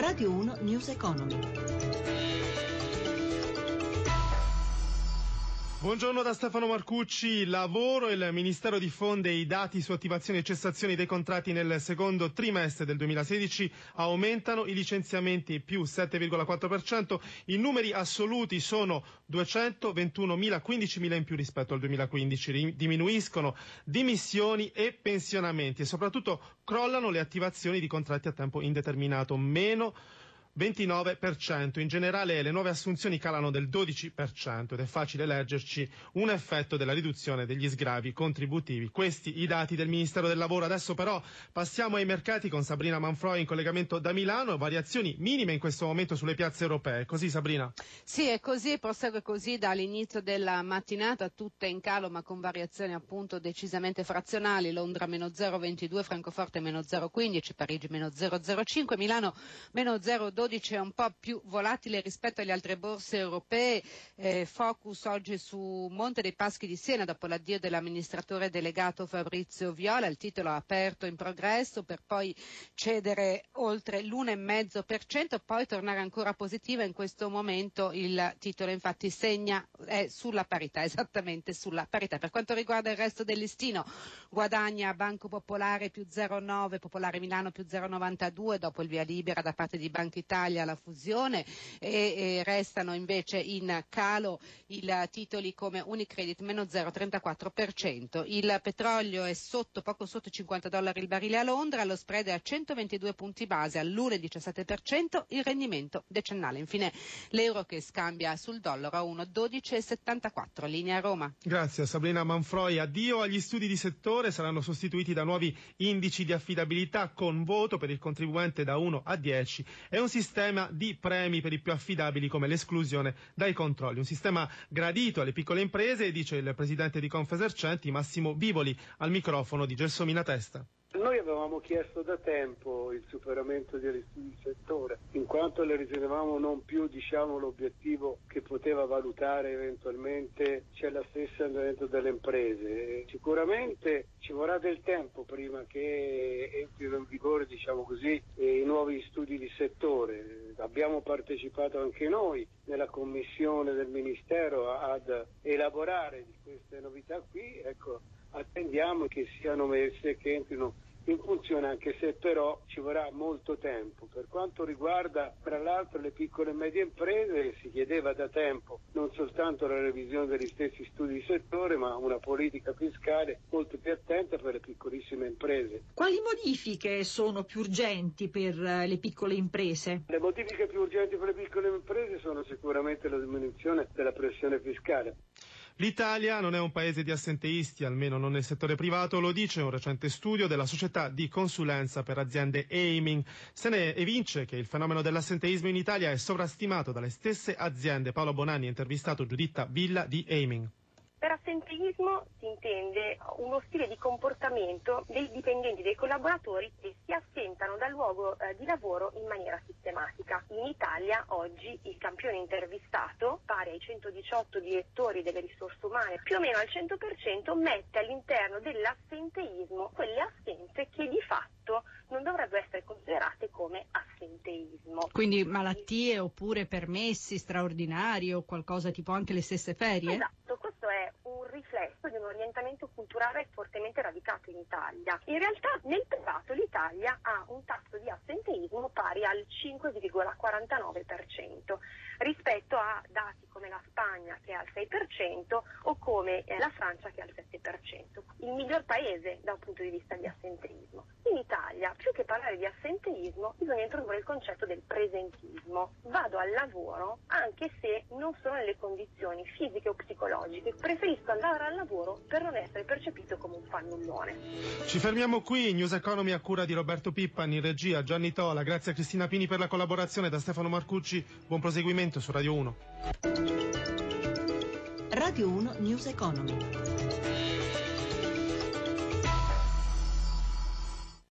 Radio 1 News Economy. Buongiorno da Stefano Marcucci. Lavoro. Il Ministero diffonde i dati su attivazioni e cessazioni dei contratti nel secondo trimestre del 2016. Aumentano i licenziamenti più 7,4%. I numeri assoluti sono 221.000, 15.000 in più rispetto al 2015. Diminuiscono dimissioni e pensionamenti e soprattutto crollano le attivazioni di contratti a tempo indeterminato, meno 29%. In generale le nuove assunzioni calano del 12% ed è facile leggerci un effetto della riduzione degli sgravi contributivi. Questi i dati del Ministero del Lavoro. Adesso però passiamo ai mercati con Sabrina Manfroi in collegamento da Milano. Variazioni minime in questo momento sulle piazze europee. Così, Sabrina? Sì, è così, prosegue così dall'inizio della mattinata, tutte in calo ma con variazioni appunto decisamente frazionali. Londra meno 0,22, Francoforte meno 0,15, Parigi meno 0,05, Milano meno 0,12. È un po' più volatile rispetto alle altre borse europee. Focus oggi su Monte dei Paschi di Siena dopo l'addio dell'amministratore delegato Fabrizio Viola. Il titolo ha aperto in progresso per poi cedere oltre l'1,5%, poi tornare ancora positiva. In questo momento il titolo infatti è sulla parità, esattamente sulla parità. Per quanto riguarda il resto del listino, guadagna Banco Popolare più 0,9, Popolare Milano più 0,92 dopo il via libera da parte di Banca Italia alla fusione e restano invece in calo i titoli come Unicredit meno 0,34%. Il petrolio è poco sotto $50 il barile a Londra, lo spread è a 122 punti base all'1,17%, il rendimento decennale. Infine l'euro che scambia sul dollaro a 1,1274, linea Roma. Grazie Sabrina Manfroi. Addio agli studi di settore, saranno sostituiti da nuovi indici di affidabilità con voto per il contribuente da 1 a 10 e un sistema di premi per i più affidabili come l'esclusione dai controlli. Un sistema gradito alle piccole imprese, dice il presidente di Confesercenti Massimo Vivoli al microfono di Gelsomina Testa. Noi avevamo chiesto da tempo il superamento degli studi di settore, in quanto le ritenevamo non più l'obiettivo che poteva valutare eventualmente lo stesso andamento delle imprese. Sicuramente ci vorrà del tempo prima che entrino in vigore i nuovi studi di settore. Abbiamo partecipato anche noi nella commissione del Ministero ad elaborare di queste novità qui. Attendiamo che siano messe, che entrino in funzione, anche se però ci vorrà molto tempo. Per quanto riguarda tra l'altro le piccole e medie imprese, si chiedeva da tempo non soltanto la revisione degli stessi studi di settore, ma una politica fiscale molto più attenta per le piccolissime imprese. Quali modifiche sono più urgenti per le piccole imprese? Le modifiche più urgenti per le piccole imprese sono sicuramente la diminuzione della pressione fiscale. L'Italia non è un paese di assenteisti, almeno non nel settore privato, lo dice un recente studio della società di consulenza per aziende Aiming. Se ne evince che il fenomeno dell'assenteismo in Italia è sovrastimato dalle stesse aziende. Paolo Bonanni ha intervistato Giuditta Villa di Aiming. Per assenteismo si intende uno stile di comportamento dei dipendenti, dei collaboratori che si assentano dal luogo di lavoro in maniera sistematica. In Italia oggi il campione intervistato, pari ai 118 direttori delle risorse umane, più o meno al 100% mette all'interno dell'assenteismo quelle assenze che di fatto non dovrebbero essere considerate come assenteismo. Quindi malattie oppure permessi straordinari o qualcosa tipo anche le stesse ferie? Esatto, questo è un riflesso di un orientamento culturale fortemente radicato in Italia. In realtà nel privato l'Italia ha un tasso di assenteismo pari al 5,49% rispetto a dati come la Spagna che è al 6% o come la Francia che è al 7%. Il miglior paese da un punto di vista di assenteismo. In Italia, più che parlare di assenteismo, bisogna introdurre il concetto del presentismo. Vado al lavoro anche se non sono nelle condizioni fisiche o psicologiche. Preferisco andare al lavoro per non essere percepito come un fannullone. Ci fermiamo qui. News Economy a cura di Roberto Pippan, in regia Gianni Tola. Grazie a Cristina Pini per la collaborazione. Da Stefano Marcucci, buon proseguimento su Radio 1. Radio 1 News Economy.